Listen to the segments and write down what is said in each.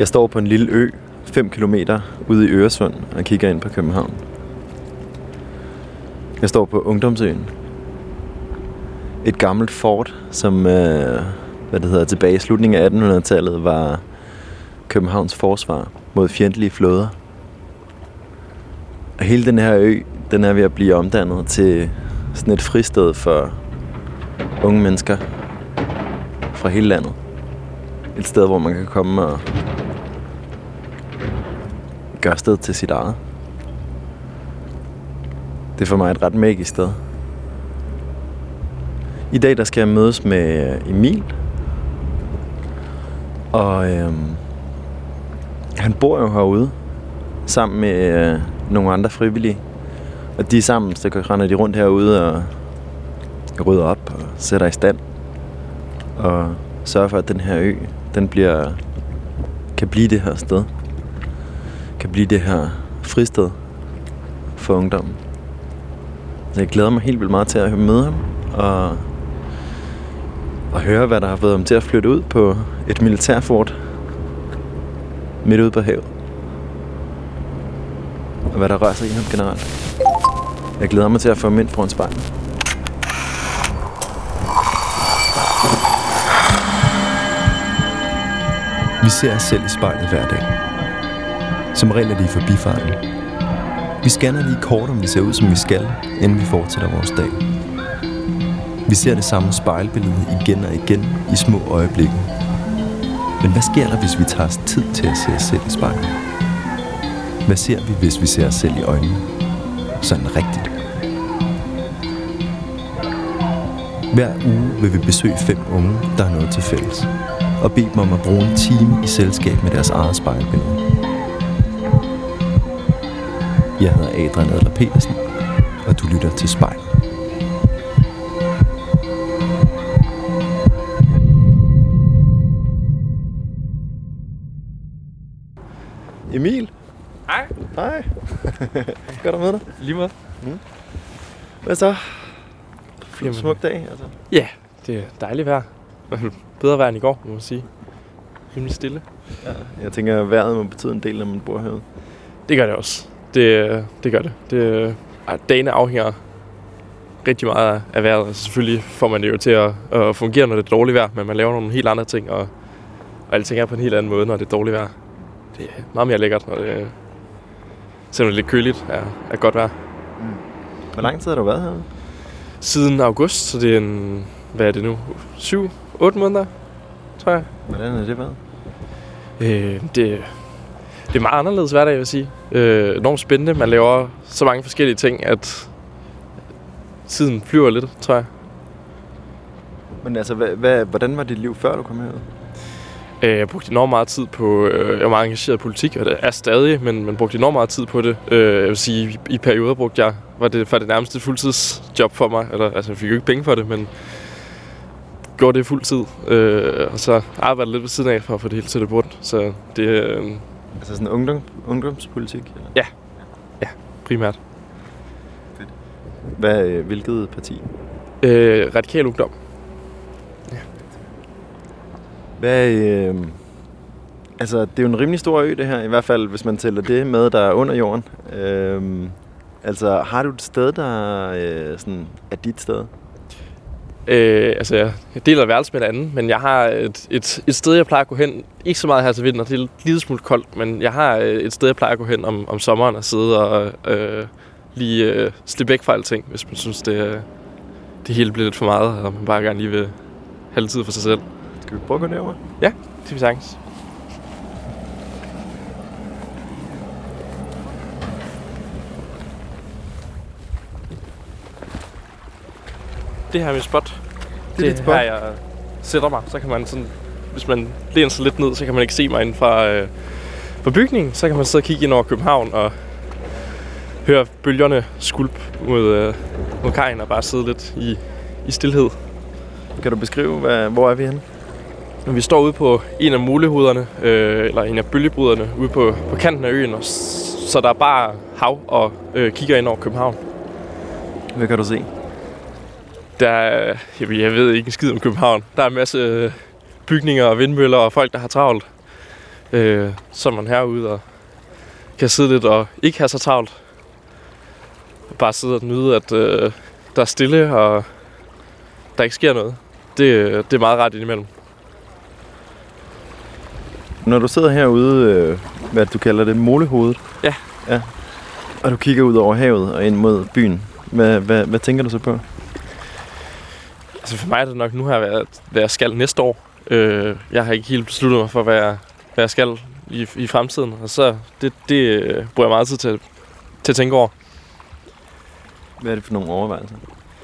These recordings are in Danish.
Jeg står på en lille ø, 5 kilometer ude i Øresund og kigger ind på København. Jeg står på Ungdomsøen. Et gammelt fort, som tilbage i slutningen af 1800-tallet var Københavns forsvar mod fjendtlige flåder. Og hele den her ø, den er ved at blive omdannet til sådan et fristed for unge mennesker fra hele landet. Et sted, hvor man kan komme og gøre sted til sit eget. Det er for mig et ret magisk sted. I dag der skal jeg mødes med Emil. Og han bor jo herude sammen med nogle andre frivillige. Og de er sammen, så render de rundt herude og rydder op og sætter i stand. Og sørger for, at den her ø, den kan blive det her sted. Kan blive det her fristed for ungdommen. Så jeg glæder mig helt vildt meget til at møde ham og høre, hvad der har fået ham til at flytte ud på et militærfort midt ude på havet. Og hvad der rører sig i ham generelt. Jeg glæder mig til at få ham ind foran spejlet. Vi ser os selv i spejlet hver dag. Som regel er det i forbifarten. Vi scanner lige kort, om vi ser ud, som vi skal, inden vi fortsætter vores dag. Vi ser det samme spejlbillede igen og igen i små øjeblikke. Men hvad sker der, hvis vi tager os tid til at se os selv i spejlet? Hvad ser vi, hvis vi ser os selv i øjnene? Sådan rigtigt. Hver uge vil vi besøge 5 unge, der har noget til fælles, og bede dem om at bruge en time i selskab med deres eget spejlbillede. Jeg hedder Adrian Adler Petersen, og du lytter til Spejlet. Emil? Hej. Hej. Godt at møde dig. Lige måde. Hvad så? Smuk dag, altså. Ja, det er dejligt vejr. Bedre vejr end i går, må man sige. Rimelig stille. Ja, jeg tænker, at vejret må betyde en del, når man bor herude. Det gør det også. Det gør det. Dagene afhænger rigtig meget af vejret. Altså, selvfølgelig får man det jo til at fungere, når det er dårligt vejr, men man laver nogle helt andre ting, og alting er på en helt anden måde, når det er dårligt vejr. Det er meget mere lækkert, når det selvom det er lidt køligt, er godt vejr. Hvor lang tid har du været herude? Siden august, så det er hvad er det nu? 7-8 måneder, tror jeg. Hvordan har det været? Det er meget anderledes hverdag, vil jeg sige. Enormt spændende. Man laver så mange forskellige ting, at tiden flyver lidt, tror jeg. Men altså, hvordan var dit liv, før du kom herud? Jeg brugte enormt meget tid på... jeg var meget engageret i politik, og det er stadig, men brugte enormt meget tid på det. Jeg vil sige, i perioder var det nærmest et fuldtidsjob for mig. Jeg fik jo ikke penge for det, men gjorde det fuldtid. Og så arbejdede lidt ved siden af for at få det hele til det bort. Så det... altså sådan ungdomspolitik? Eller? Ja, primært. Fedt. Hvilket parti? Radikal Ungdom. Altså, det er jo en rimelig stor ø, det her, i hvert fald, hvis man tæller det med, der er under jorden. Altså, har du et sted, der sådan er dit sted? Jeg deler værelse med et andet, men jeg har et sted, jeg plejer at gå hen. Ikke så meget her til vinter, det er lidt lille smule koldt, men jeg har et sted, jeg plejer at gå hen om sommeren og sidde og lige slippe væk fra alting, hvis man synes, det hele bliver lidt for meget, og man bare gerne lige vil have lidt tid for sig selv. Skal vi prøve at gå derover? Ja, det er vi sagtens. Det her er mit spot. Det er her, jeg sætter mig. Så kan man sådan, hvis man læner sig lidt ned, så kan man ikke se mig inden fra bygningen. Så kan man sidde og kigge ind over København og høre bølgerne skulp mod kajen og bare sidde lidt i stilhed. Kan du beskrive, hvor er vi henne? Vi står ude på en af mulighoderne, eller en af bølgebryderne, ude på kanten af øen, og så der er bare hav og kigger ind over København. Hvad kan du se? Jeg ved ikke en skid om København. Der er en masse bygninger og vindmøller og folk, der har travlt. Så er man herude og kan sidde lidt og ikke have så travlt. Bare sidde og nyde, at der er stille, og der ikke sker noget. Det er meget rart indimellem. Når du sidder herude, hvad du kalder det, Molehovedet. Ja. Og du kigger ud over havet og ind mod byen. Hvad tænker du så på? Altså for mig er det nok, nu har jeg været, hvad jeg skal næste år. Jeg har ikke helt besluttet mig for, hvad jeg skal i fremtiden. Og så det bruger jeg meget tid til at tænke over. Hvad er det for nogle overvejelser?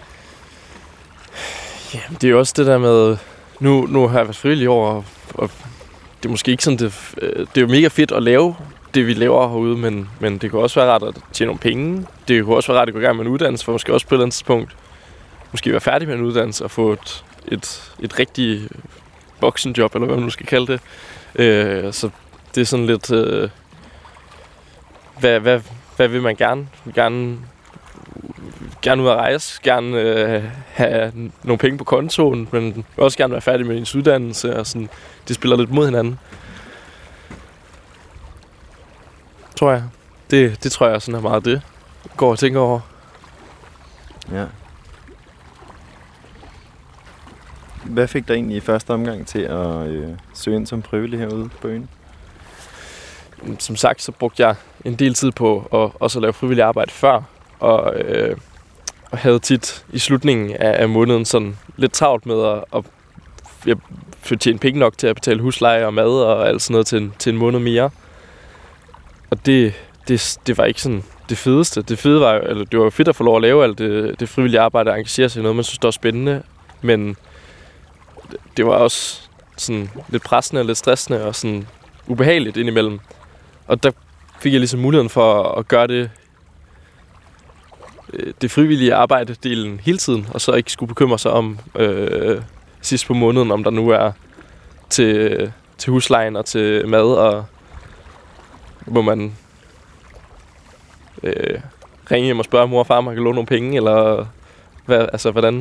Jamen, det er jo også det der med... Nu har jeg været frivillig over, og det er måske ikke sådan... Det er jo mega fedt at lave det, vi laver herude, men det kan også være rart at tjene nogle penge. Det kan også være rart at gå i gang med en uddannelse, for måske også på et eller andet tidspunkt måske være færdig med en uddannelse og få et rigtigt voksenjob, eller hvad man nu skal kalde det. Så det er sådan lidt... Hvad vil man gerne? Gerne ud at rejse, gerne have nogle penge på kontoen, men også gerne være færdig med ens uddannelse, og sådan, de spiller lidt mod hinanden. Tror jeg. Det tror jeg sådan er meget det, går og tænker over. Ja. Hvad fik dig egentlig i første omgang til at søge ind som frivillig herude på øen? Som sagt, så brugte jeg en del tid på at også lave frivillig arbejde før, og havde tit i slutningen af måneden sådan lidt travlt med at tjene penge nok til at betale husleje og mad og alt sådan noget til en måned mere. Og det var ikke sådan det fedeste. Det fede var jo, det var fedt at få lov at lave alt det frivillige arbejde og engagere sig i noget, man synes, det var spændende, men det var også sådan lidt pressende og lidt stressende og sådan ubehageligt indimellem. Og der fik jeg ligesom muligheden for at gøre det frivillige arbejde-delen hele tiden, og så ikke skulle bekymre sig om sidst på måneden, om der nu er til huslejen og til mad, og må man ringe hjem og spørge mor og far, om man kan låne nogle penge, eller hvordan...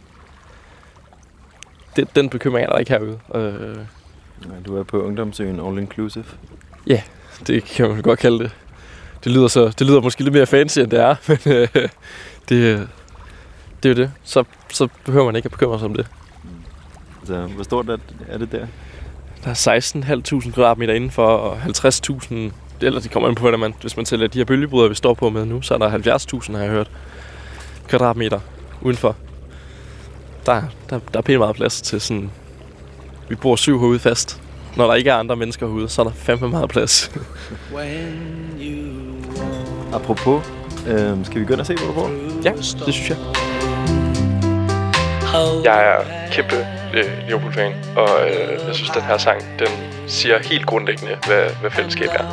Den bekymring er der ikke herude. Du er på Ungdomsøen All Inclusive. Ja, det kan man godt kalde det. Det lyder måske lidt mere fancy, end det er, men det er jo det. Så behøver man ikke at bekymre sig om det. Så hvor stort er det der? Der er 16.500 kvadratmeter indenfor, og 50.000, eller det kommer an på, hvis man tæller de her bølgebryder, vi står på med nu, så er der 70.000, har jeg hørt, kvadratmeter udenfor. Der er pænt meget plads til sådan... Vi bor 7 herude fast. Når der ikke er andre mennesker herude, så er der fandme meget plads. Apropos, skal vi gå ind og se, hvor du bor? Ja, det synes jeg. Jeg er kæmpe Liverpool-fan, og jeg synes, den her sang, den siger helt grundlæggende, hvad fællesskab er.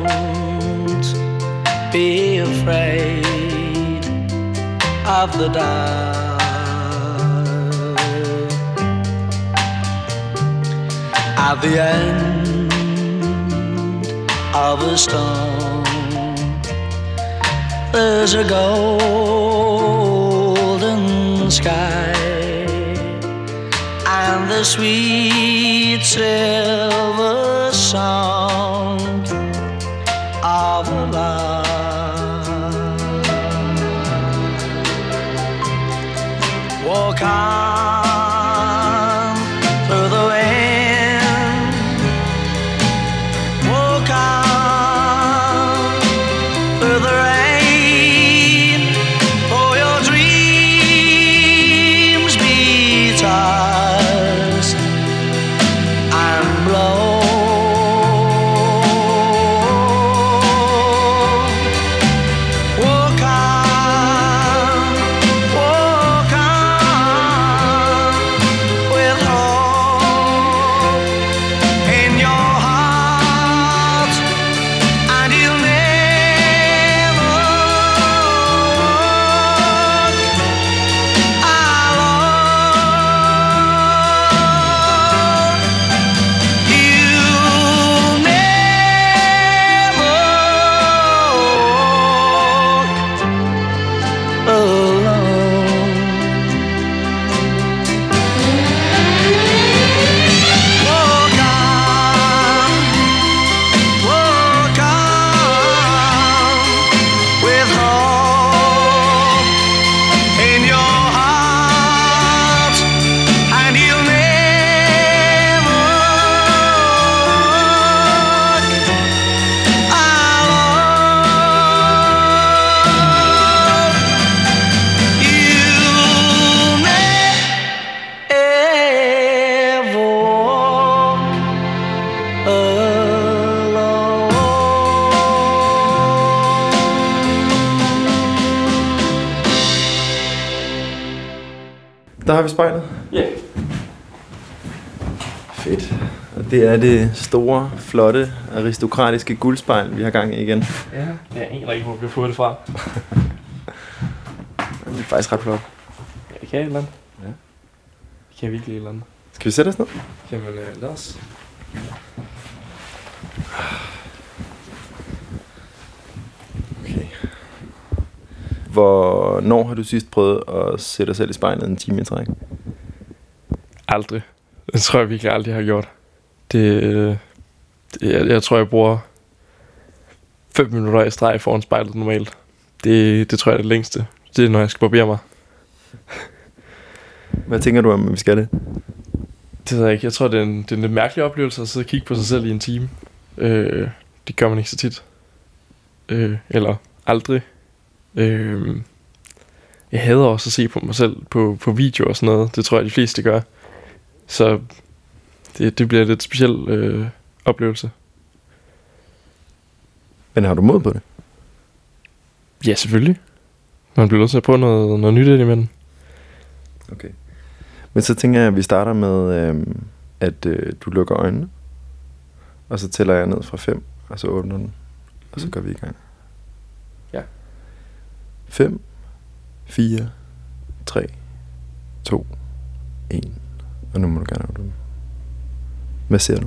Be afraid of the dark. At the end of a storm, there's a golden sky and the sweet silver sound of a lark. Walk on through the wind, walk on through the rain, for your dreams be tossed and blown. Walk on, walk on. Der har vi spejlet. Ja. Yeah. Fedt. Og det er det store, flotte, aristokratiske guldspejl, vi har gang i igen. Ja, jeg aner ikke, hvor vi har fået det fra. Det er faktisk ret flot. Ja, det kan et eller andet. Ja. Det kan virkelig et eller andet. Skal vi sætte os ned? Jamen, lad os. Okay. Hvornår har du sidst prøvet at sætte dig selv i spejlet en time i træk? Aldrig. Det tror jeg virkelig aldrig har gjort. Jeg tror, jeg bruger 5 minutter i streg foran spejlet normalt. Det tror jeg er det længste. Det er, når jeg skal barbere mig. Hvad tænker du om, at vi skal det? Det ved jeg ikke. Jeg tror, det er en lidt mærkelig oplevelse at sidde og kigge på sig selv i en time. Det gør man ikke så tit. Eller aldrig. Jeg hader også at se på mig selv på video og sådan noget. Det tror jeg, de fleste gør. Så det bliver en lidt speciel oplevelse. Men har du mod på det? Ja, selvfølgelig. Man bliver nødt til at prøve noget nyt indimellem. Okay. Men så tænker jeg, at vi starter med, at du lukker øjnene. Og så tæller jeg ned fra 5, og så åbner den. Og så går vi i gang. Ja. 5, 4, 3, 2, 1. Og nu må du gerne åbne dem. Hvad ser du?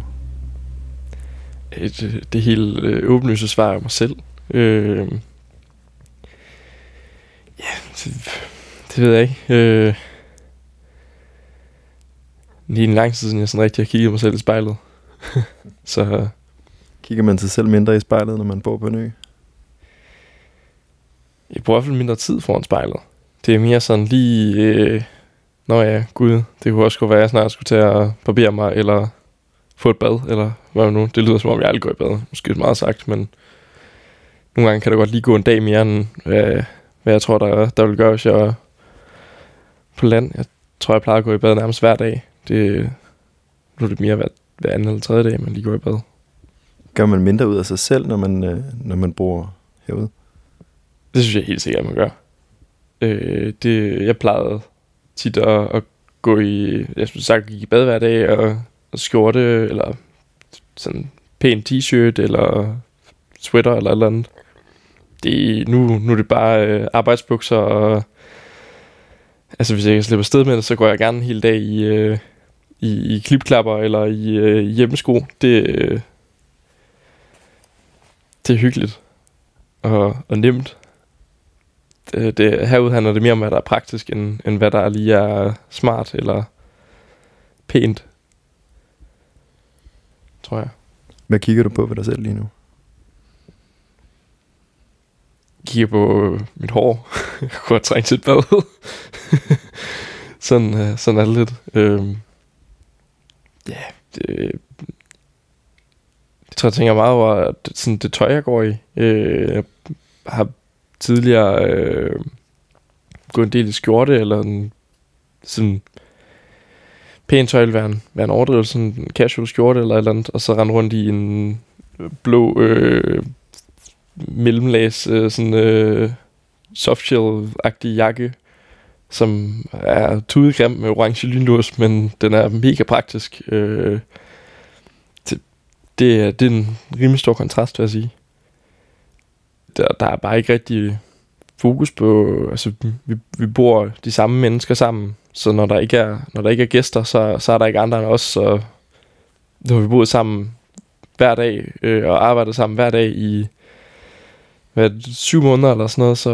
Det helt åbenlyse svar af mig selv. Ja, det ved jeg ikke. Det er en lang tid siden, jeg sådan rigtig har kigget mig selv i spejlet. Så kigger man sig selv mindre i spejlet, når man bor på en ø? Jeg bruger i hvert fald mindre tid foran spejlet. Det er mere sådan lige... Nå ja, gud, det kunne også godt være, at jeg snart skulle tage at barbere mig, eller få et bad, eller hvad nu. Det lyder som om, jeg aldrig går i bad. Måske er det meget sagt, men nogle gange kan der godt lige gå en dag mere, end hvad jeg tror, der vil gøre, hvis jeg er på land. Jeg tror, jeg plejer at gå i bad nærmest hver dag. Nu er det mere hver anden eller tredje dag, man lige går i bad. Gør man mindre ud af sig selv, når man bor herude? Det synes jeg helt sikkert, man gør. Jeg plejede tit at gå i, jeg skulle sagt, gik i bad hver dag og skjorte, eller sådan pæn t-shirt, eller sweater, eller et eller andet. Nu er det bare arbejdsbukser, og altså hvis jeg kan slippe afsted med det, så går jeg gerne en hel dag i klipklapper, eller i hjemmesko. Det er hyggeligt og nemt. Herude handler det mere om, hvad der er praktisk, end hvad der lige er smart eller pænt, tror jeg. Hvad kigger du på ved dig selv lige nu? Jeg kigger på mit hår. Jeg kunne have trængt til et bad. sådan er det lidt. Ja, jeg tror, jeg tænker meget over sådan det tøj, jeg går i. Jeg har tidligere gået en del i skjorte, eller en sådan pæn tøj vil være en overdrivelse, sådan en casual skjorte eller et eller andet, og så rende rundt i en blå mellemlags sådan softshell-agtig jakke, som er tudegrim med orange lynlås, men den er mega praktisk. Det er en rimelig stor kontrast, vil jeg sige. Der er bare ikke rigtig fokus på, altså vi bor de samme mennesker sammen, så når der ikke er gæster, så er der ikke andre end os, så når vi bor sammen hver dag og arbejder sammen hver dag i 7 måneder eller sådan noget,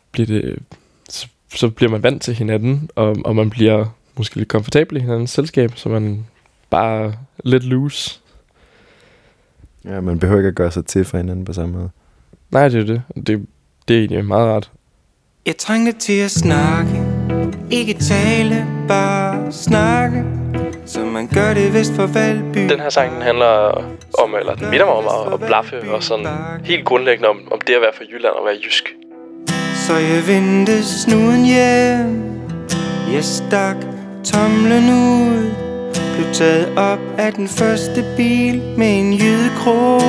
så bliver man vant til hinanden, og man bliver måske lidt komfortabel i hinandens selskab, så man bare lidt loose. Ja, man behøver ikke at gøre sig til for hinanden på samme måde. Nej, det er det. Det er egentlig meget rart. Jeg trængte til at snakke, ikke tale, bare snakke, som man gør det vest for Valby. Den her sang, den handler om, eller den minder mig om at blaffe, og sådan helt grundlæggende om det at være fra Jylland og være jysk. Så jeg vendte snuden hjem, jeg stak tomlen ud, blev taget op af den første bil med en jydekrog.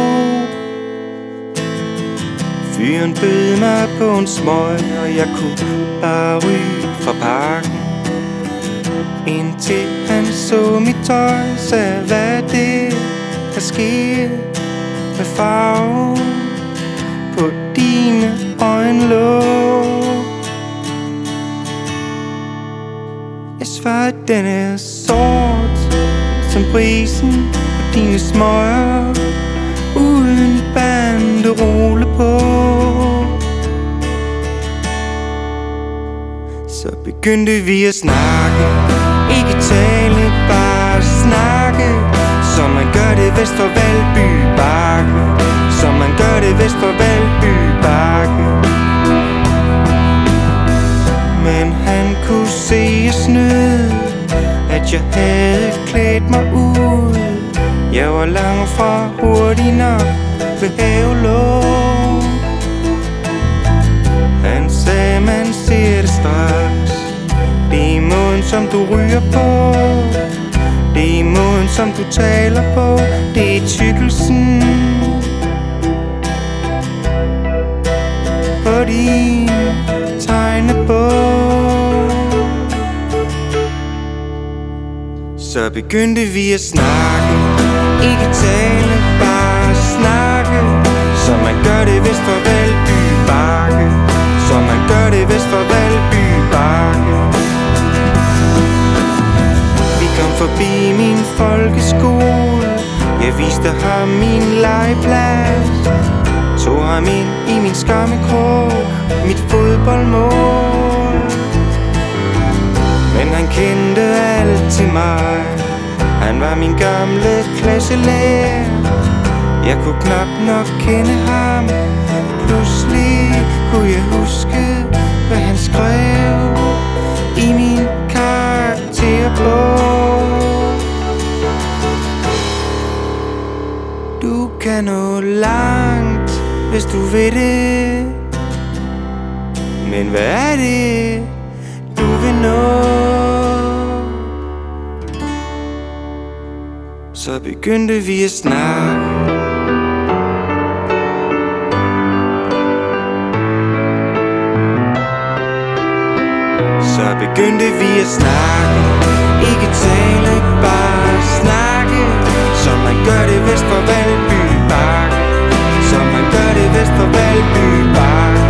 Fyren bød mig på en smøg, og jeg kunne bare ryge fra parken. Indtil han så mit tøj, sagde hvad er det, der sker med farven på dine øjenlåg. Jeg svarede, den er sort som brisen på dine smøger, uden banderole på. Så begyndte vi at snakke, ikke tale, bare snakke, som man gør det vest for Valby Bakke, som man gør det vest for Valby Bakke. Men han kunne se og snyde, at jeg havde klædt mig ud. Jeg var langt fra hurtig nok ved havelåg. Han sagde, man ser det straks. Det er måden, som du ryger på, det er måden, som du taler på, det er tykkelsen på din tegnebog. Så begyndte vi at snakke, ikke tale, bare snakke, som man gør det vest for Valby Bakke, som man gør det vest for Valby Bakke. Vi kom forbi min folkeskole, jeg viste ham min legeplads, tog ham ind i min skammekrog, mit fodboldmål. Men han kendte alt til mig, han var min gamle klasselærer. Jeg kunne knap nok kende ham, pludselig kunne jeg huske, hvad han skrev i min karakterbog. Du kan nå langt, hvis du vil det, men hvad er det, du vil nå? Så begyndte vi at snakke, så begyndte vi at snakke, ikke tale, bare snakke, som man gør det vest for Valby Bakke, som man gør det vest for Valby Bakke.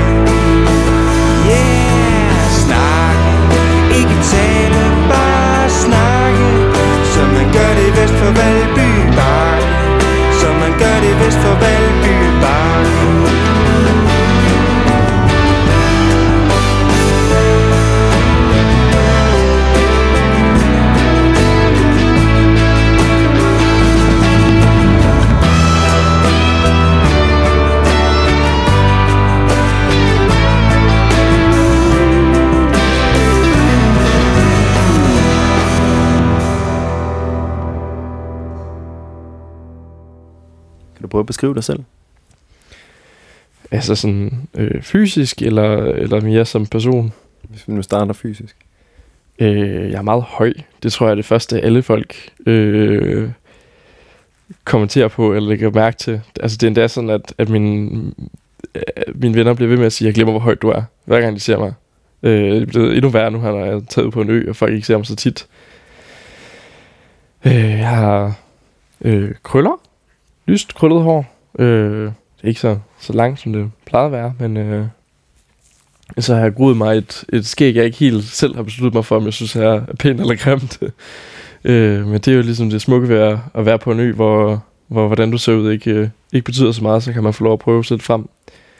Yeah, snakke, ikke tale, bare snakke, som man gør det vest for Valby Bakke, som man gør det vest for Valby Bakke. Kan du prøve at beskrive dig selv? Altså sådan fysisk, eller mere som person? Hvis vi nu starter fysisk. Jeg er meget høj. Det tror jeg er det første, alle folk kommenterer på, eller lægger mærke til. Altså det er endda sådan, at mine venner bliver ved med at sige, at jeg glemmer, hvor højt du er, hver gang de ser mig. Det er blevet endnu værre nu, når jeg er taget på en ø, og folk ikke ser mig så tit. Jeg har krøller. Lyst krøllet hår. Det er ikke så langt, som det plejede at være, men så har jeg groet mig et skæg, jeg ikke helt selv har besluttet mig for, om jeg synes, jeg er pænt eller grimt. Men det er jo ligesom det smukke ved at være på en ø, hvor hvordan du ser ud ikke betyder så meget, så kan man få lov at prøve at sætte frem.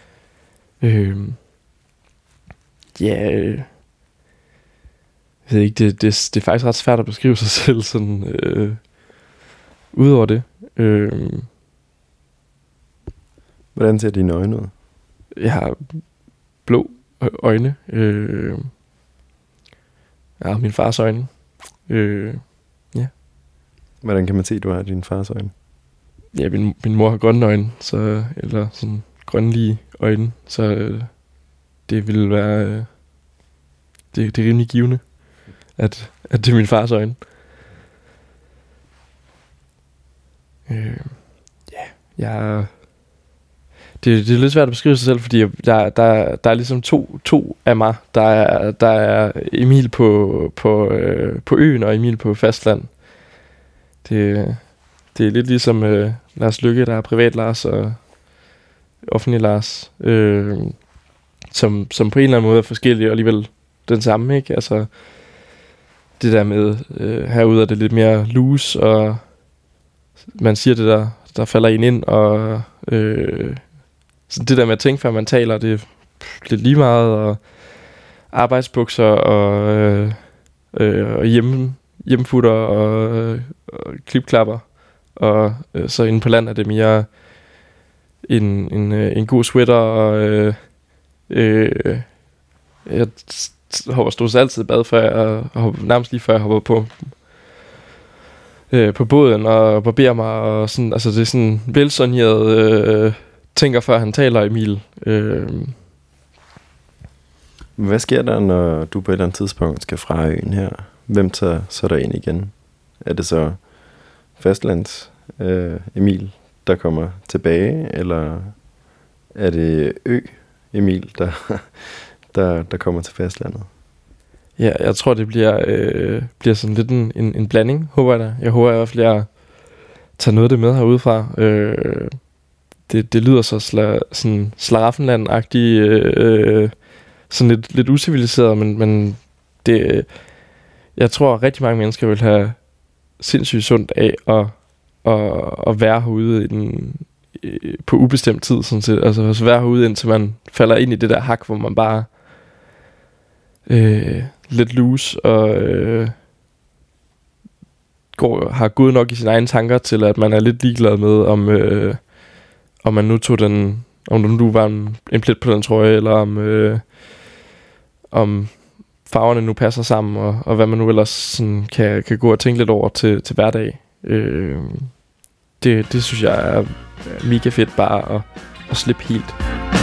Jeg ved ikke, det er faktisk ret svært at beskrive sig selv sådan udover det. Hvordan ser dine øjne ud? Jeg har blå øjne. Jeg har min fars øjne. Ja. Hvordan kan man se, at du har din fars øjne? Ja, min mor har grønne øjne, eller sådan grønlige øjne, så det ville være det er rimelig givende, at det er min fars øjne. Det er lidt svært at beskrive sig selv, fordi der er ligesom to af mig. Der er Emil på øen og Emil på fastland. Det er lidt ligesom Lars Lykke, der er privat Lars og offentlig Lars, som på en eller anden måde er forskellige og alligevel den samme, ikke? Altså det der med herude er det lidt mere loose, og man siger det der falder en ind, og så det der med at tænke, før man taler, det er lidt lige meget, og arbejdsbukser og hjemmefutter og klipklapper, og så inde på land er det mere en god sweater, og jeg hopper stort set altid i bad, nærmest lige før jeg hopper på båden og barberer mig, og sådan, altså det er sådan velsoneret tænker før han taler, Emil. Hvad sker der, når du på et eller andet tidspunkt skal fra øen her? Hvem tager så der ind igen? Er det så fastlands Emil, der kommer tilbage, eller er det Emil, der kommer til fastlandet? Ja, jeg tror, det bliver sådan lidt en blanding, håber jeg da. Jeg håber i hvert fald, jeg tager noget af det med herudefra. Det lyder så sådan Slaraffenland-agtigt, sådan lidt uciviliseret, men det, jeg tror, rigtig mange mennesker vil have sindssygt sundt af at være herude på ubestemt tid, sådan set. Altså være herude, indtil man falder ind i det der hak, hvor man bare lidt loose og har gået nok i sine egne tanker til, at man er lidt ligeglad med, om man nu om der nu var en plet på den trøje, eller om farverne nu passer sammen, og hvad man nu ellers sådan kan gå og tænke lidt over til hverdag. Det synes jeg er mega fedt, bare at slippe helt.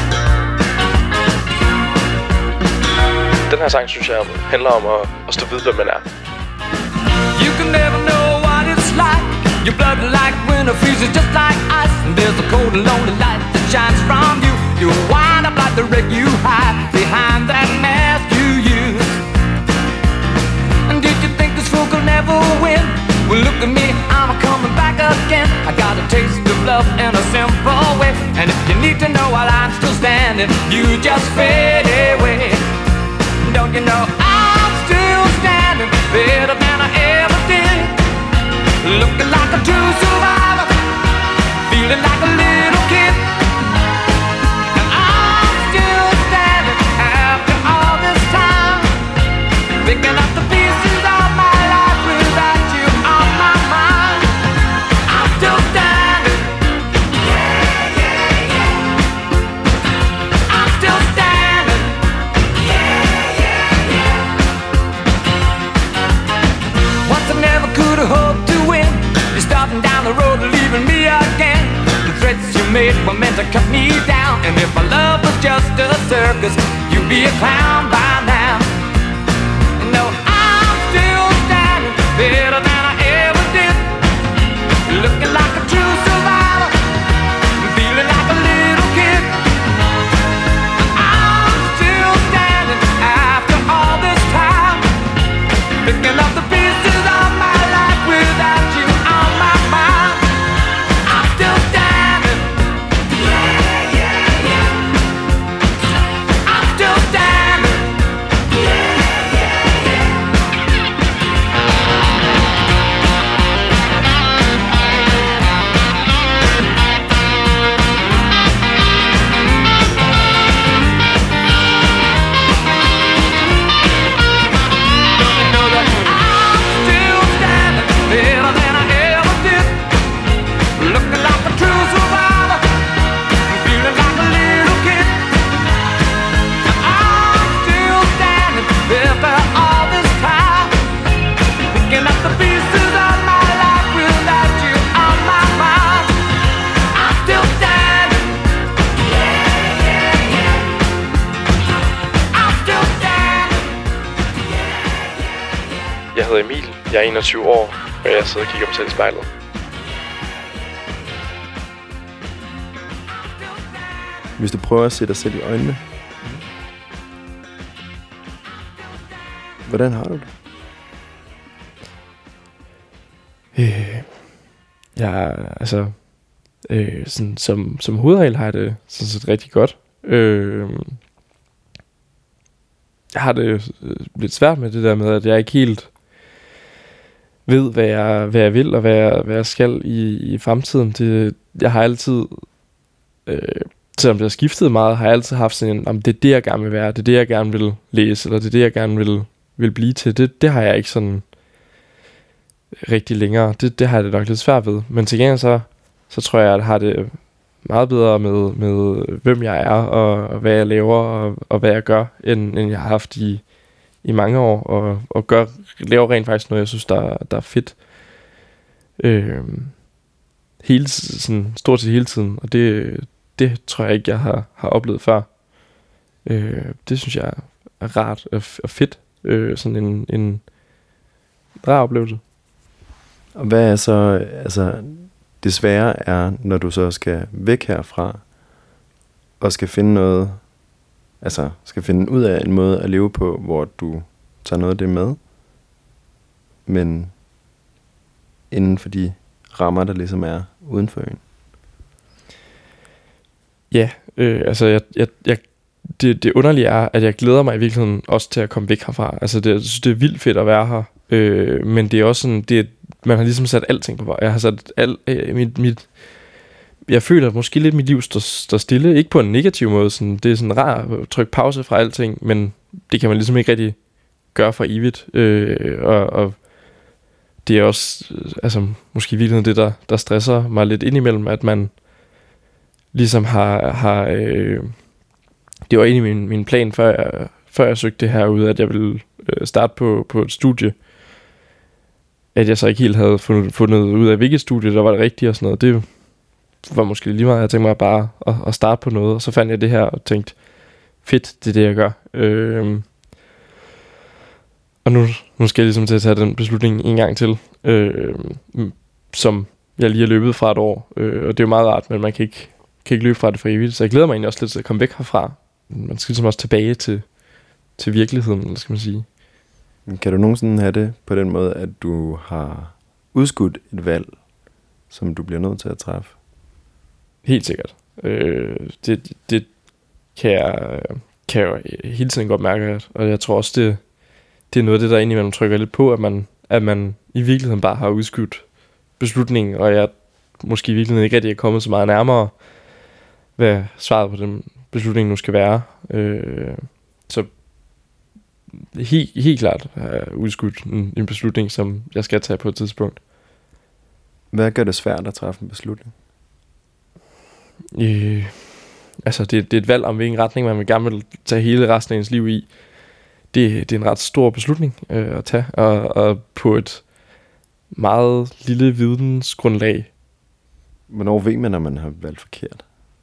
Den her sang, synes jeg, handler om at stå ved, hvem man er. You can never know what it's like. Your blood like winter freezes just like ice. And there's a cold and lonely light that shines from you. You wind up like the wreck you hide behind that mask you use. And did you think this fool could never win? Well, look at me, I'm coming back again. I got a taste of love in a simple way. And if you need to know while I'm still standing, you just fade away. Don't you know I'm still standing better than I ever did? Looking like a true survivor, feeling like a little kid. And I'm still standing after all this time, picking up the pieces of my life without you on my mind. I'm still standing. Yeah, yeah, yeah. I'm still standing. Yeah, yeah, yeah. Once I never could have hoped to win. You're starting down the road and leaving me again. The threats you made were meant to cut me down. And if my love was just a circus, you'd be a clown by now. No, I'm still standing better than I ever did. Looking like a true survivor, feeling like a little kid. I'm still standing after all this time, picking up the pieces of my life without you on my mind. I'm still standing. Yeah, yeah, yeah. I'm still standing. Yeah, yeah, yeah. Don't you know that I'm still standing better than I ever did? Looking like a true survivor, feeling like a little kid. I'm still standing after all this time, picking up the pieces of my life without you on my mind. I'm still standing. Yeah, yeah, yeah. I'm still standing. Jeg hedder Emil, jeg er 21 år, og jeg sidder og kigger mig selv i spejlet. Hvis du prøver at se dig selv i øjnene. Hvordan har du det? Sådan, som hovedregel har jeg det sådan set rigtig godt. Jeg har det lidt svært med det der med, at jeg ikke helt ved, hvad jeg vil og hvad jeg skal i fremtiden. Jeg har altid, selvom det har skiftet meget, har jeg altid haft sådan en, om det er det, jeg gerne vil være, det er det, jeg gerne vil læse, eller det er det, jeg gerne vil blive til. Det har jeg ikke sådan rigtig længere. Det har jeg det nok lidt svært ved. Men til gengæld så tror jeg, at jeg har det meget bedre med hvem jeg er, og hvad jeg laver, og hvad jeg gør, end jeg har haft i mange år, og laver rent faktisk noget, jeg synes, der er fedt. Sådan, stort set hele tiden, og det tror jeg ikke, jeg har oplevet før. Det synes jeg er rart og fedt. Sådan en rar oplevelse. Og hvad er så, det svære er, når du så skal væk herfra, og skal finde noget, skal finde ud af en måde at leve på, hvor du tager noget af det med, men inden for de rammer, der ligesom er uden for øen. Ja, det underlige er, at jeg glæder mig i virkeligheden også til at komme væk herfra. Altså jeg synes, det er vildt fedt at være her, men det er også sådan, man har ligesom sat alting på vej. Jeg har sat jeg føler måske lidt, at mit liv står stille. Ikke på en negativ måde. Sådan, det er sådan rar at trykke pause fra alting, men det kan man ligesom ikke rigtig gøre for evigt. Og det er også måske i virkeligheden det, der stresser mig lidt indimellem, at man ligesom har det var egentlig min plan, før jeg søgte det her ud, at jeg ville starte på et studie. At jeg så ikke helt havde fundet ud af, hvilket studie der var det rigtige og sådan noget. Det var måske lige meget. Jeg tænkte mig bare at starte på noget, og så fandt jeg det her og tænkte, fedt, det er det, jeg gør. Og nu skal jeg ligesom til at tage den beslutning en gang til, som jeg lige har løbet fra et år. Og det er jo meget rart, men man kan ikke løbe fra det for evigt. Så jeg glæder mig egentlig også lidt til at komme væk herfra. Man skal ligesom også tilbage til virkeligheden, eller skal man sige. Kan du nogensinde have det på den måde, at du har udskudt et valg, som du bliver nødt til at træffe? Helt sikkert. Det kan jeg hele tiden godt mærke, og jeg tror også, det er noget af det, der indimellem trykker lidt på, at man i virkeligheden bare har udskudt beslutningen, og jeg måske i virkeligheden ikke rigtig er kommet så meget nærmere, hvad svaret på den beslutning nu skal være. Så helt klart har udskudt en beslutning, som jeg skal tage på et tidspunkt. Hvad gør det svært at træffe en beslutning? Det er et valg om, hvilken retning man vil gerne vil tage hele resten af ens liv i. Det er en ret stor beslutning at tage, og på et meget lille vidensgrundlag. Hvornår ved man, når man har valgt forkert?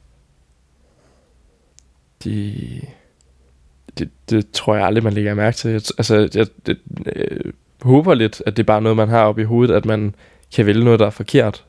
Det tror jeg aldrig, man lægger mærke til. Jeg håber lidt, at det er bare noget, man har oppe i hovedet, at man kan vælge noget, der er forkert.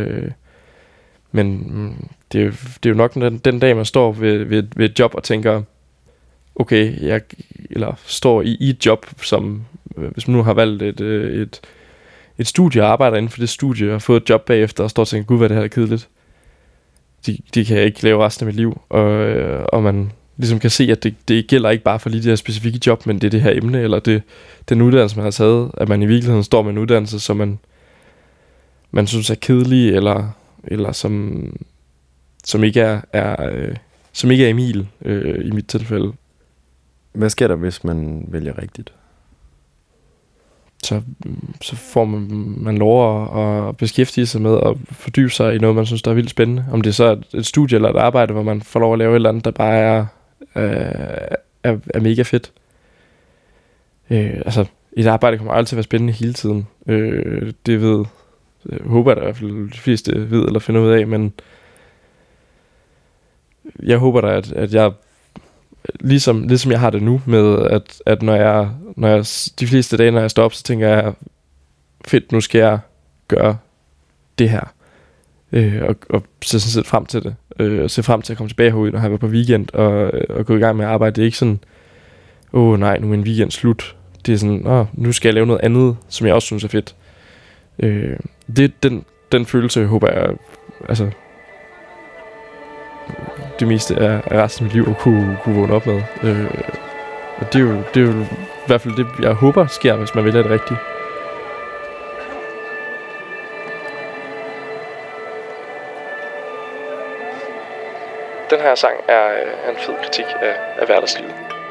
Men det er jo nok den dag, man står ved et job og tænker, okay, eller står i et job, som hvis man nu har valgt et studie og arbejder inden for det studie og fået et job bagefter og står og tænker, gud, hvad det her er kedeligt. Det kan jeg ikke lave resten af mit liv. Og man ligesom kan se, at det gælder ikke bare for lige det her specifikke job, men det er det her emne, eller den uddannelse, man har taget, at man i virkeligheden står med en uddannelse, som man synes er kedelig, eller som ikke er Emil i mit tilfælde. Hvad sker der, hvis man vælger rigtigt? Så får man lov at beskæftige sig med at fordybe sig i noget, man synes, der er vildt spændende. Om det så er et studie eller et arbejde, hvor man får lov at lave et eller andet, der bare er mega fedt. Et arbejde kommer altid til at være spændende hele tiden. Det håber jeg da i hvert fald de fleste ved eller finder ud af, men jeg håber da, at jeg ligesom jeg har det nu med, at når jeg de fleste dage, når jeg står op, så tænker jeg, fedt, nu skal jeg gøre det her. Og se sådan set frem til det. Og se frem til at komme tilbage herude, når jeg var på weekend, og gå i gang med at arbejde. Det er ikke sådan, nej, nu er en weekend slut. Det er sådan, nu skal jeg lave noget andet, som jeg også synes er fedt. Det er den følelse, håber jeg, altså det meste af resten af mit liv at kunne vågne op med. Og det er jo i hvert fald det, jeg håber sker, hvis man vælger det rigtigt. Den her sang er en fed kritik af hverdagslivet.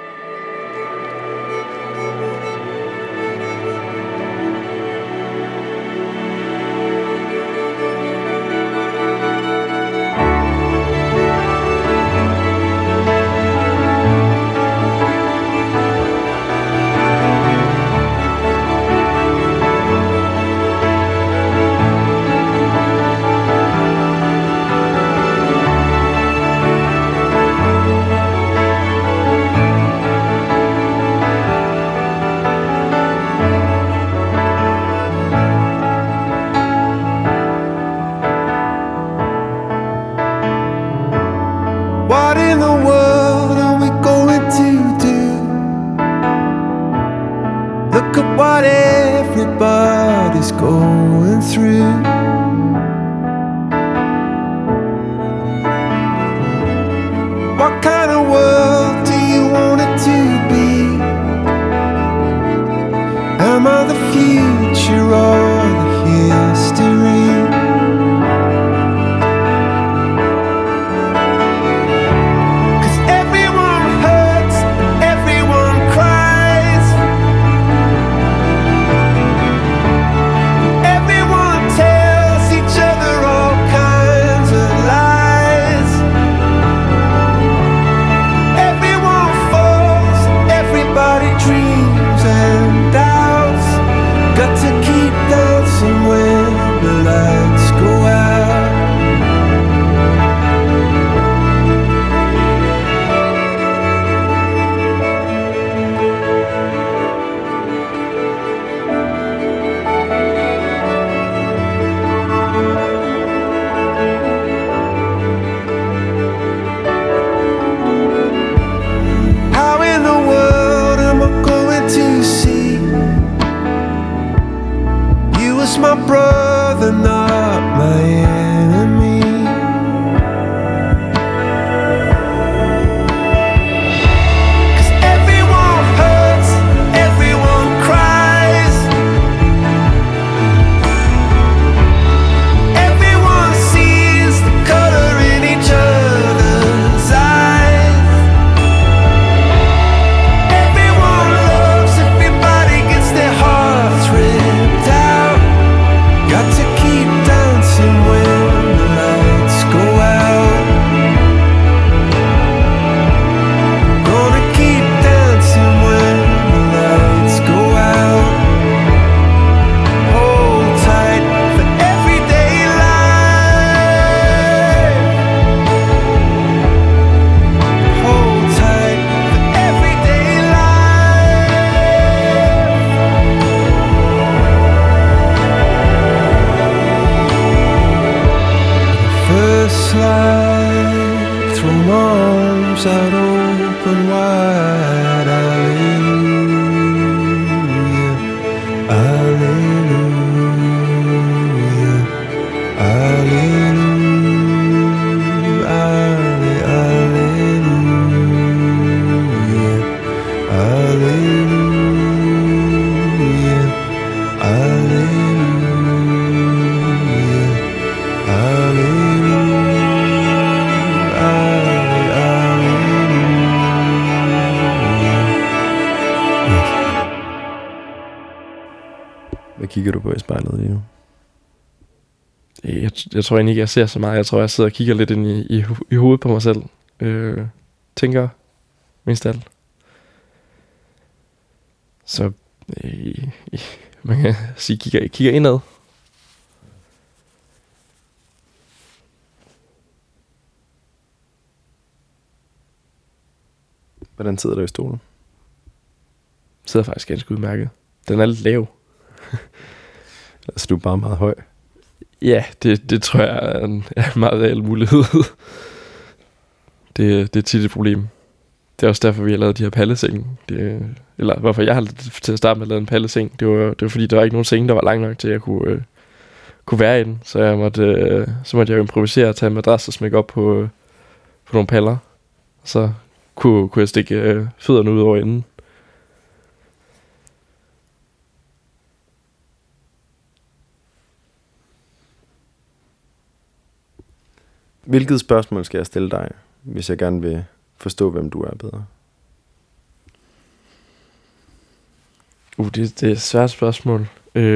Hvad kigger du på i spejlet lige nu? Jeg tror egentlig ikke, jeg ser så meget. Jeg tror, jeg sidder og kigger lidt ind i hovedet på mig selv. Tænker mindst alt. Så man kan sige, kigger indad. Hvordan sidder du i stolen? Sidder faktisk ganske udmærket. Den er lidt lav. Altså, du er bare meget høj. Ja, det tror jeg er en meget reel mulighed. Det er tit et problem. Det er også derfor, vi har lavet de her pallesenge. Eller hvorfor jeg har til at starte med at lave en palleseng. Det var fordi, der var ikke nogen senge, der var lang nok til, at jeg kunne være i den. Så måtte jeg jo improvisere og tage en madras og smække op på nogle paller. Og så kunne jeg stikke fødderne ud over enden. Hvilket spørgsmål skal jeg stille dig, hvis jeg gerne vil forstå, hvem du er bedre? Det er et svært spørgsmål.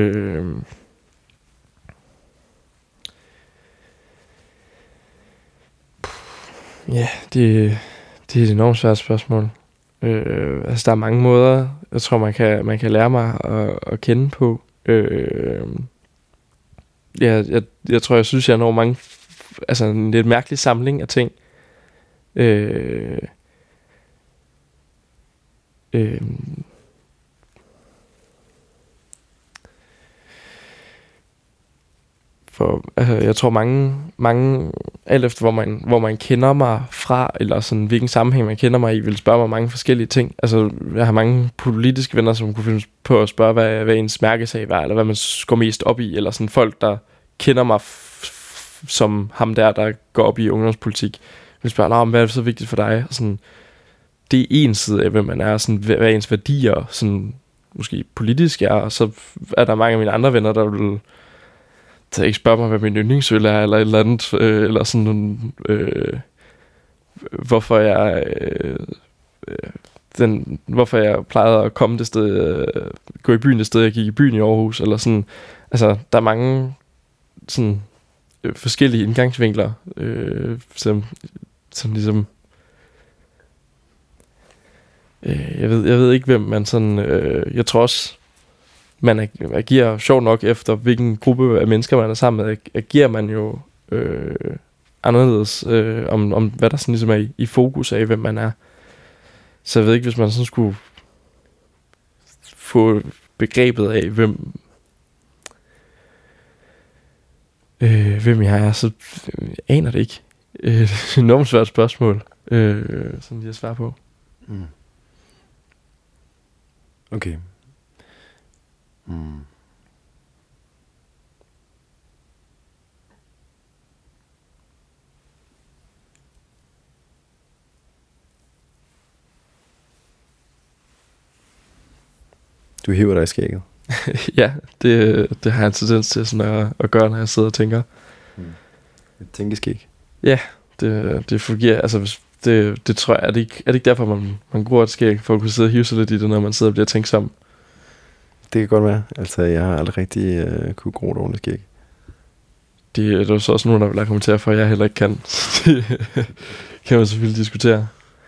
Ja, det er et enormt svært spørgsmål. Altså, der er mange måder, jeg tror, man kan lære mig at kende på. Jeg tror, jeg synes, jeg når mange... Altså, en lidt mærkelig samling af ting. For altså, jeg tror mange alt efter hvor man kender mig fra, eller sådan hvilken sammenhæng man kender mig i, vil spørge mig mange forskellige ting. Altså, jeg har mange politiske venner, som kunne finde på at spørge, hvad ens mærkesag var, eller hvad man går mest op i, eller sådan folk, der kender mig som ham der går op i ungdomspolitik, vil spørge, hvad er det så vigtigt for dig? Og sådan, det er en side af, hvem man er, sådan, hvad ens værdier sådan, måske politisk er, og så er der mange af mine andre venner, der vil ikke spørge mig, hvad min yndlingsøl er, eller et eller andet, eller sådan nogle, hvorfor jeg plejede at komme det sted, gå i byen det sted, jeg gik i byen i Aarhus, eller sådan, altså, der er mange sådan forskellige indgangsvinkler, som ligesom, jeg ved ikke, hvem man sådan, jeg tror også, man agerer sjovt nok efter, hvilken gruppe af mennesker man er sammen med, agerer man jo anderledes om hvad der sådan ligesom er i fokus af, hvem man er. Så jeg ved ikke, hvis man sådan skulle få begrebet af, hvem jeg er, så aner det ikke. Det er et enormt svært spørgsmål, som jeg svarer på. Mm. Okay. Du hiver dig i skægget. Ja, det har jeg en tendens til sådan at gøre, når jeg sidder og tænker. Et tænkeskæg. Ja, det fungerer. Altså, det tror jeg, er det ikke derfor, man bruger et skæg, for at kunne sidde og hive sig lidt i det, når man sidder og bliver tænksom? Det kan godt være. Altså, jeg har aldrig rigtig kunne gro et ordentligt skæg. Det er der så også nogen, der vil kommentere for, at jeg heller ikke kan. Det kan man selvfølgelig diskutere.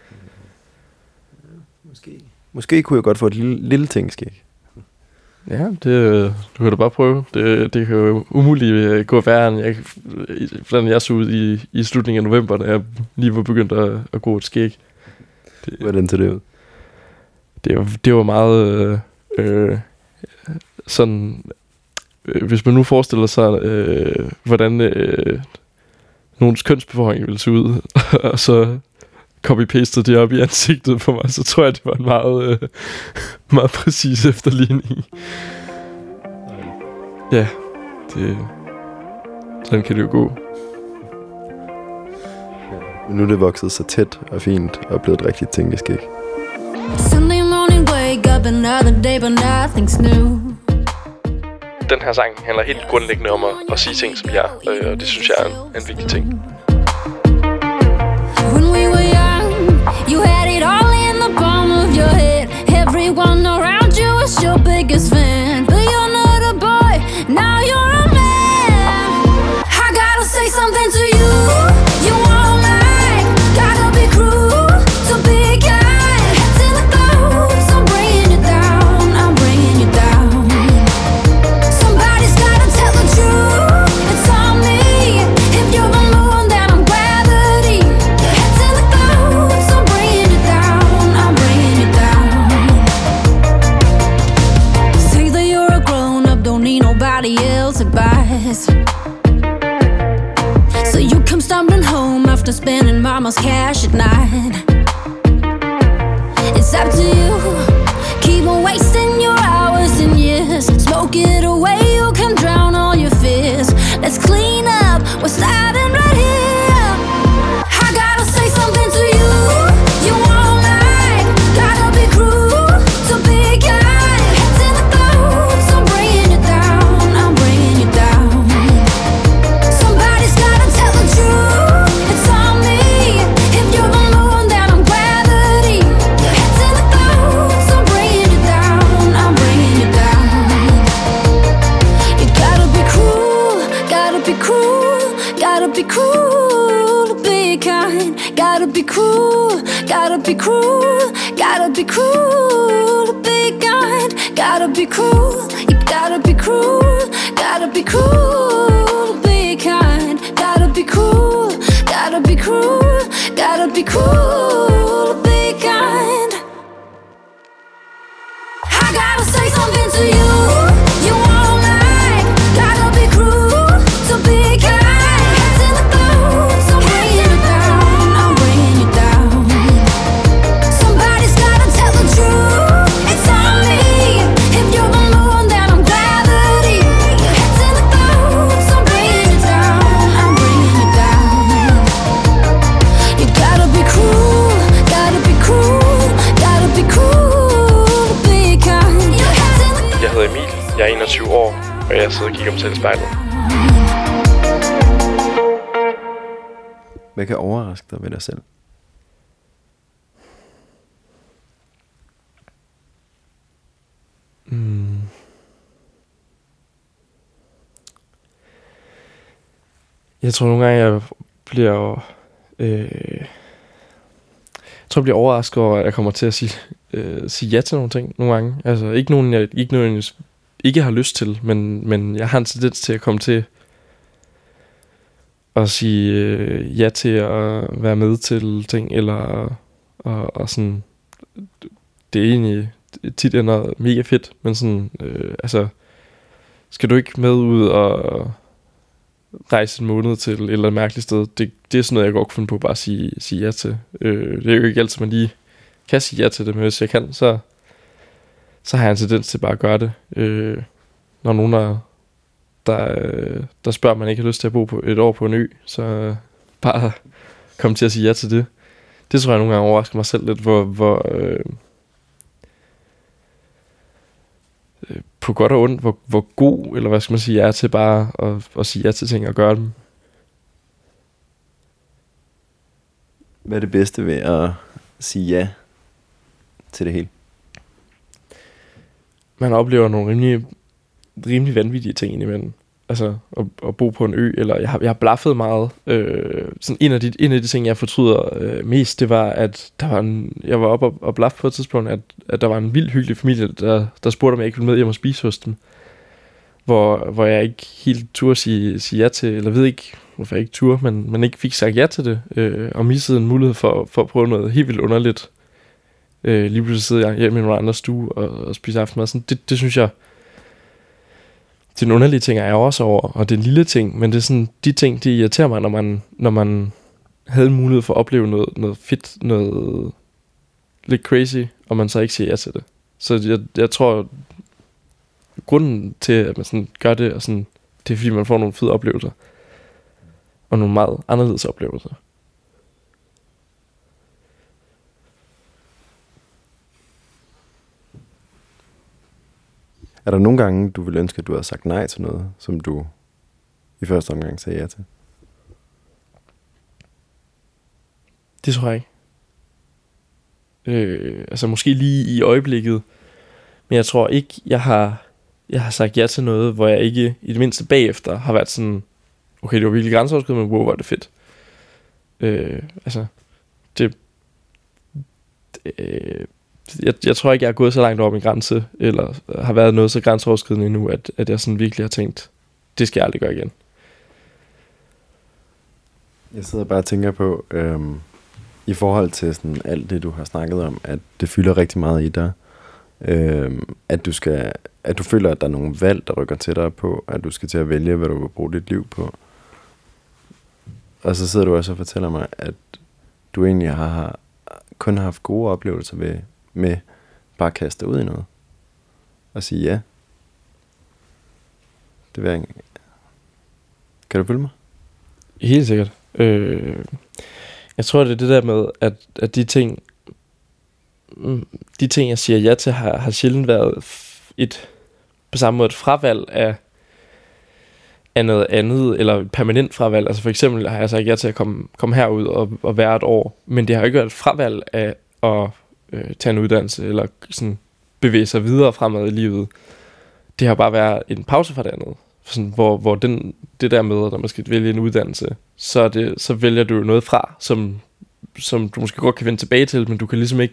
Måske kunne jeg godt få et lille tænkeskæg. Ja, du kan da bare prøve. Det kan jo umuligt gå værre, end jeg så ud i slutningen af november, da jeg lige var begyndt at gå et skæg. Hvordan så det ud? Det var meget sådan... Hvis man nu forestiller sig, hvordan nogens kønsbeføjning ville se ud, og så copy-pastet det op i ansigtet på mig, så tror jeg, det var en meget, meget præcis efterligning. Ja, sådan kan det jo gå. Men nu er det vokset så tæt og fint og blevet et rigtigt tænkeskæg. Sunday morning, wake up another day, but nothing's new. Den her sang handler helt grundlæggende om at sige ting som jeg, og det synes jeg er en vigtig ting. When we were young, you had it all in the palm of your head. Everyone around you was your biggest fan. But you're not a boy, now you're a man. I gotta say something to you. You won't like, gotta be cruel, so be kind. Heads in the clouds, I'm bringing you down, I'm bringing you down. Somebody's gotta tell the truth, it's on me. If you're the moon, then I'm gravity. Heads in the clouds, I'm bringing you down, I'm bringing you down. Say that you're a grown-up, don't need nobody else's advice. So you come stumbling home after spending mama's cash at night. It's up to you. Keep on wasting your hours and years. Smoke it away, you can drown all your fears. Let's clean up, we're starting right here. I gotta say something to you. You won't like, gotta be cruel, so be kind. Heads in the clouds, I'm bringing you down, I'm bringing you down. Somebody's gotta tell the truth, it's on me. If you're alone, then I'm gravity. Your head's in the clouds, I'm bringing you down, I'm bringing you down. You gotta be cruel, gotta be cruel, gotta be cruel to be kind. Gotta be cruel, gotta be cruel, gotta be cruel to be kind. Gotta be cruel, you gotta be cruel, gotta be cruel to be kind. Gotta be cruel, gotta be cruel, gotta be cruel to be kind. I gotta say something to you. You won't like, gotta be cruel, so be kind. Heads in the clouds, I'm bringing you down, I'm bringing you down. Somebody's gotta tell the truth, it's on me. If you're alone, then I'm gravity. Your head's in the clouds, I'm bringing you down, I'm bringing you down. You gotta be cruel, gotta be cruel, gotta be cruel to be kind. Your head's in the Jeg hedder Emil, jeg er 21 år, og jeg sidder og kigger mig selv i spejlet. Hvad kan overraske dig ved dig selv? Jeg tror nogle gange, jeg bliver bliver overrasket over, at jeg kommer til at sige ja til nogle ting nogle gange. Altså ikke nogen, jeg ikke har lyst til, men jeg har en tendens til at komme til at sige ja til at være med til ting, eller og sådan, det er egentlig tit ender mega fedt, men sådan, altså, skal du ikke med ud og rejse en måned til et eller andet mærkeligt sted, det er sådan noget, jeg godt kan finde på bare at sige ja til. Det er jo ikke altid, man lige kan sige ja til det, men hvis jeg kan, så har jeg en tendens til bare at gøre det. Når nogen der spørger, man ikke har lyst til at bo på et år på en ø, så bare komme til at sige ja til det. Det tror jeg nogle gange overrasker mig selv lidt, hvor på godt og ondt, hvor god, eller hvad skal man sige, jeg er til bare at sige ja til ting og gøre dem. Hvad er det bedste ved at sige ja til det hele? Man oplever nogle rimelig vanvittige ting indimellem. Altså at bo på en ø, eller jeg har blaffet meget. Sådan en af de ting, jeg fortryder mest, det var, at jeg var oppe og blaffe på et tidspunkt, at der var en vildt hyggelig familie, der spurgte, om jeg ikke ville med hjem og spise hos dem. Hvor jeg ikke helt turde sige ja til, eller ved ikke, hvorfor jeg ikke turde, men ikke fik sagt ja til det, og missede en mulighed for at prøve noget helt vildt underligt. Lige pludselig sidder jeg hjemme i nogle andre stue og spiser aftensmad. Sådan, det synes jeg, det er en underlige ting, jeg er også over, og det er en lille ting, men det er sådan, de ting, de irriterer mig, når man havde en mulighed for at opleve noget fedt, noget lidt crazy, og man så ikke siger ja til det. Så jeg tror, grunden til, at man sådan gør det, og sådan, det er fordi, man får nogle fede oplevelser, og nogle meget anderledes oplevelser. Er der nogle gange, du ville ønske, at du havde sagt nej til noget, som du i første omgang sagde ja til? Det tror jeg ikke. Altså måske lige i øjeblikket, men jeg tror ikke, jeg har sagt ja til noget, hvor jeg ikke i det mindste bagefter har været sådan, okay, det var virkelig grænseoverskridende, men wow, var det fedt. Altså, jeg tror ikke, jeg er gået så langt over min grænse, eller har været noget så grænseoverskridende endnu, at jeg sådan virkelig har tænkt, det skal jeg aldrig gøre igen. Jeg sidder bare og tænker på, i forhold til sådan alt det, du har snakket om, at det fylder rigtig meget i dig, at du føler, at der er nogle valg, der rykker til dig på, at du skal til at vælge, hvad du vil bruge dit liv på. Og så sidder du også og fortæller mig, at du egentlig kun har haft gode oplevelser med bare at kaste ud i noget. Og sige ja. Det vil jeg... Kan du følge mig? Helt sikkert. Jeg tror, det er det der med, at de ting, jeg siger ja til, har sjældent været på samme måde et fravalg af noget andet, eller et permanent fravalg. Altså for eksempel har jeg sagt ja til at komme herud og være et år, men det har ikke været et fravalg af at tage en uddannelse, eller sådan bevæge sig videre fremad i livet. Det har bare været en pause fra det andet. Sådan, hvor det der med, når man skal vælge en uddannelse, så vælger du noget fra, som du måske godt kan vende tilbage til, men du kan ligesom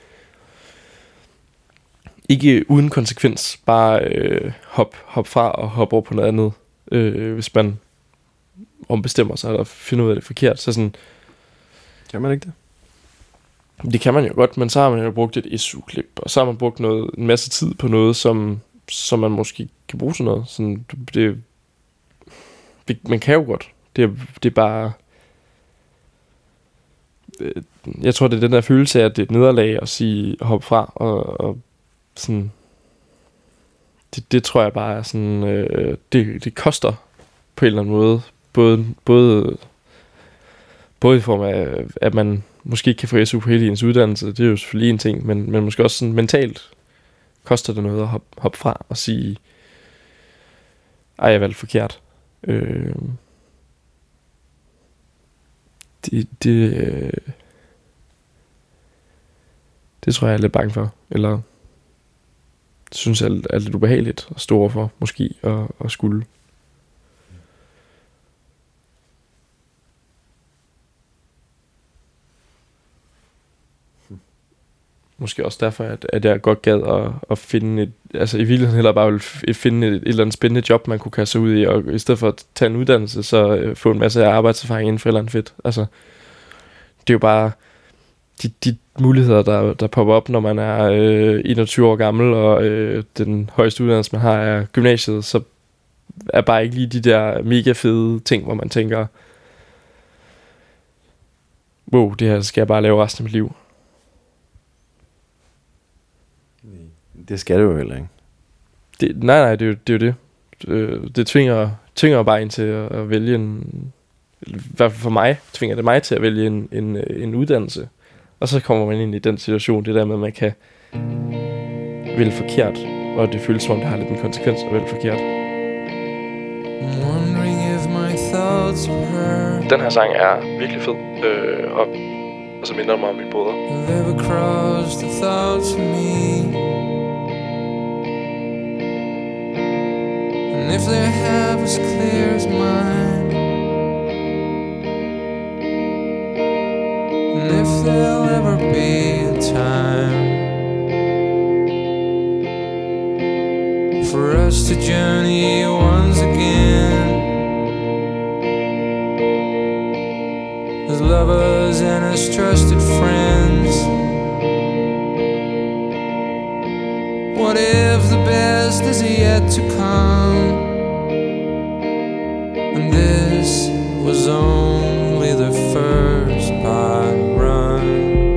ikke uden konsekvens bare hoppe fra og hoppe over på noget andet, hvis man ombestemmer sig eller finder ud af det forkert. Så sådan, kan man ikke det? Det kan man jo godt, men så har man jo brugt et SU-klip, og så har man brugt en masse tid på noget, som man måske kan bruge til noget. Sådan, man kan jo godt. Det er bare... Jeg tror, det er den der følelse af, at det er et nederlag at sige hoppe fra, og sådan... Det tror jeg bare er sådan... Det koster på en eller anden måde. Både i form af, at man måske ikke kan få SU på hele ens uddannelse. Det er jo selvfølgelig en ting, men måske også sådan mentalt koster det noget at hoppe fra og sige, ej, jeg valgte forkert. Det tror jeg er lidt bange for, eller synes jeg er lidt ubehageligt at stå overfor, måske, og skulle. Måske også derfor, at jeg godt gad at finde et... Altså i virkeligheden heller bare vil finde et eller andet spændende job, man kunne kaste sig ud i, og i stedet for at tage en uddannelse, så få en masse arbejdserfaring inden for et eller andet fedt. Altså, det er jo bare de muligheder, der popper op, når man er 21 år gammel, og den højeste uddannelse, man har, er gymnasiet, så er bare ikke lige de der mega fede ting, hvor man tænker, wow, det her skal jeg bare lave resten af mit liv. Det skal du jo heller ikke. Nej, det er jo det. Det tvinger bare en til at vælge i hvert fald for mig, tvinger det mig til at vælge en uddannelse. Og så kommer man ind i den situation, det der med, at man kan vælge forkert, og det føles som om, det har lidt en konsekvens at vælge forkert. Den her sang er virkelig fed, og så minder mig om min brødre. And if they have as clear as mine, and if there'll ever be a time for us to journey once again as lovers and as trusted friends, what if the best is yet to come? And this was only the first part run.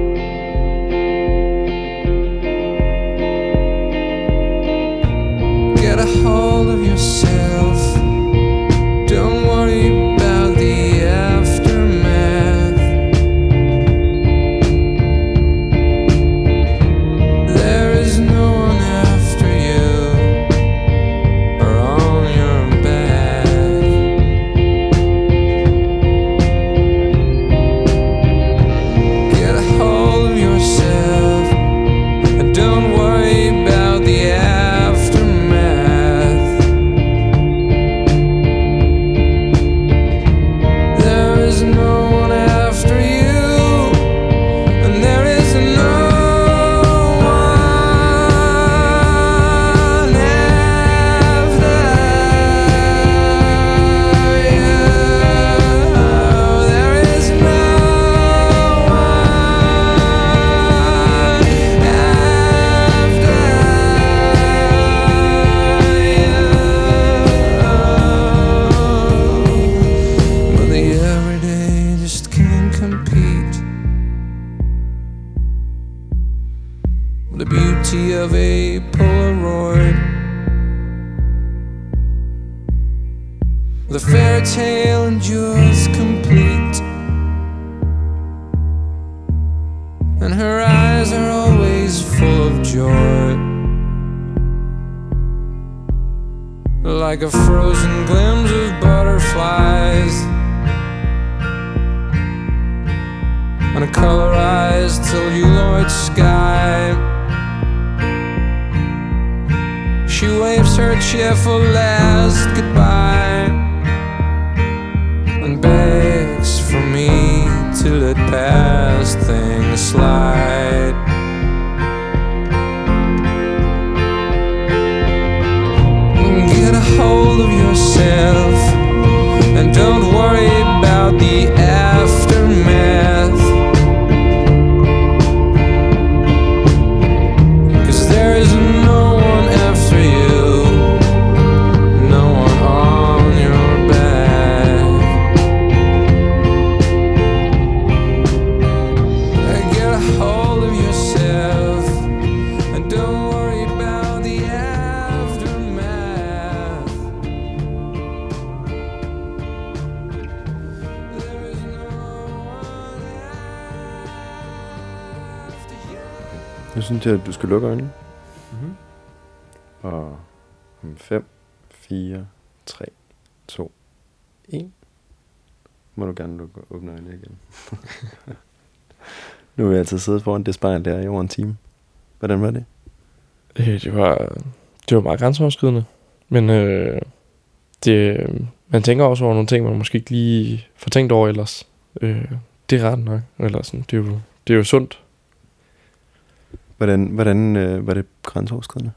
Get a hold of yourself. Don't worry about the aftermath. There is no one after you or The fairy tale endures complete, and her eyes are always full of joy, like a frozen glimpse of butterflies on a colorized celluloid sky. She waves her cheerful last goodbye and begs for me to let past things slide. Get a hold of yourself and don't worry about the aftermath, 'cause there is no one after you, no one on your back. Get a hold of yourself and don't worry about the aftermath. There is no one after you. Nu synes jeg, at du skal lukke øjnene. Og 5, 4, 3, 2, 1. Må du gerne åbne øjnene igen. Nu har vi altså siddet foran det spejl der i over en time. Hvordan var det? Det var meget grænseoverskridende. Men man tænker også over nogle ting, man måske ikke lige får tænkt over ellers. Det er ret nok. Eller sådan, det er jo sundt. Hvordan var det grænseoverskridende?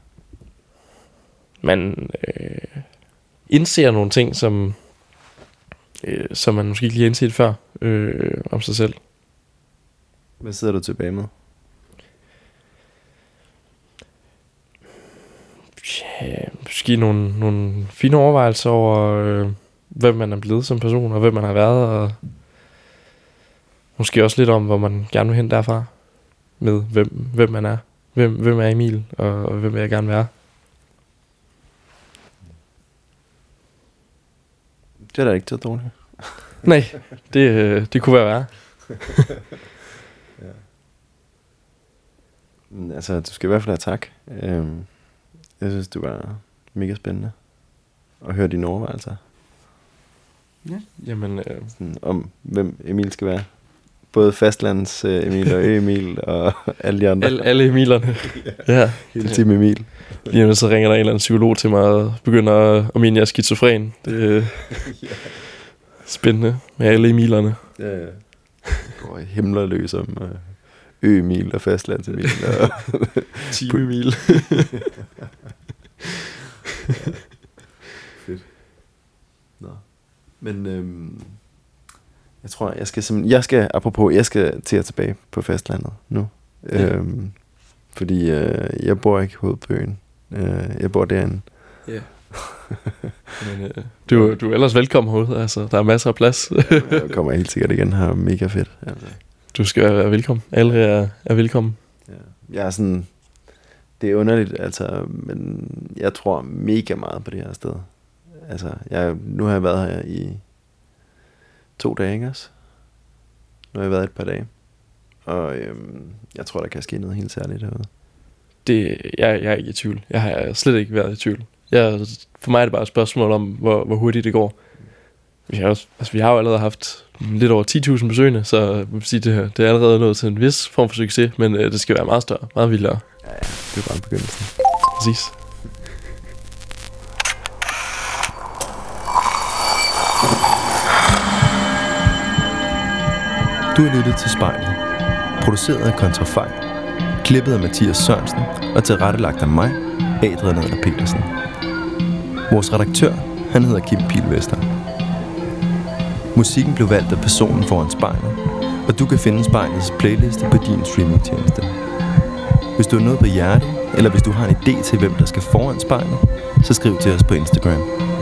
Man indser nogle ting, som man måske ikke lige har indset før om sig selv. Hvad sidder du tilbage med? Ja, måske nogle fine overvejelser over, hvem man er blevet som person, og hvem man har været, og måske også lidt om, hvor man gerne vil hen derfra, med hvem man er. Hvem er Emil, og hvem vil jeg gerne være. Det er da ikke så dårligt. Nej, det kunne være værre. Ja. Men altså, du skal i hvert fald have tak. Jeg synes, det var mega spændende at høre dine overvejelser. Ja. Jamen, sådan, om hvem Emil skal være. Både fastlands Emil og Emil og alle de andre. Alle Emilerne. Ja. Hele team Emil. Lige nu så ringer der en eller anden psykolog til mig og begynder at mene, jeg er skizofren. Det er spændende med alle Emilerne. Ja. Går himler løs om Emil og fastlands Emil og Team Emil. Fedt. Nå. Men jeg tror, jeg skal apropos, jeg skal til at tilbage på fastlandet nu. Ja. Fordi jeg bor ikke i hovedbyen. Jeg bor derinde. Ja. Men du er ellers velkommen herude. Altså, der er masser af plads. Jeg kommer helt sikkert igen her. Mega fedt. Altså. Du skal være velkommen. Alle er velkommen. Ja. Jeg er sådan... Det er underligt, altså, men jeg tror mega meget på det her sted. Altså, nu har jeg været her i 2 dage, ikke også? Nu har jeg været et par dage. Og jeg tror, der kan ske noget helt særligt herude. Jeg er ikke i tvivl. Jeg har slet ikke været i tvivl. For mig er det bare et spørgsmål om, hvor hurtigt det går. Vi har jo allerede haft lidt over 10.000 besøgende, så jeg vil sige, det er allerede nået til en vis form for succes, men det skal være meget større, meget vildere. Ja, det er bare en begyndelse. Præcis. Du har lyttet til Spejlet. Produceret af Kontrafej. Klippet af Mathias Sørensen og tilrettelagt af mig, Adrian Adler Petersen. Vores redaktør, han hedder Kim Pilvester. Musikken blev valgt af personen foran spejlet, og du kan finde Spejlets playliste på din streamingtjeneste. Hvis du har noget på hjertet, eller hvis du har en idé til, hvem der skal foran spejlet, så skriv til os på Instagram.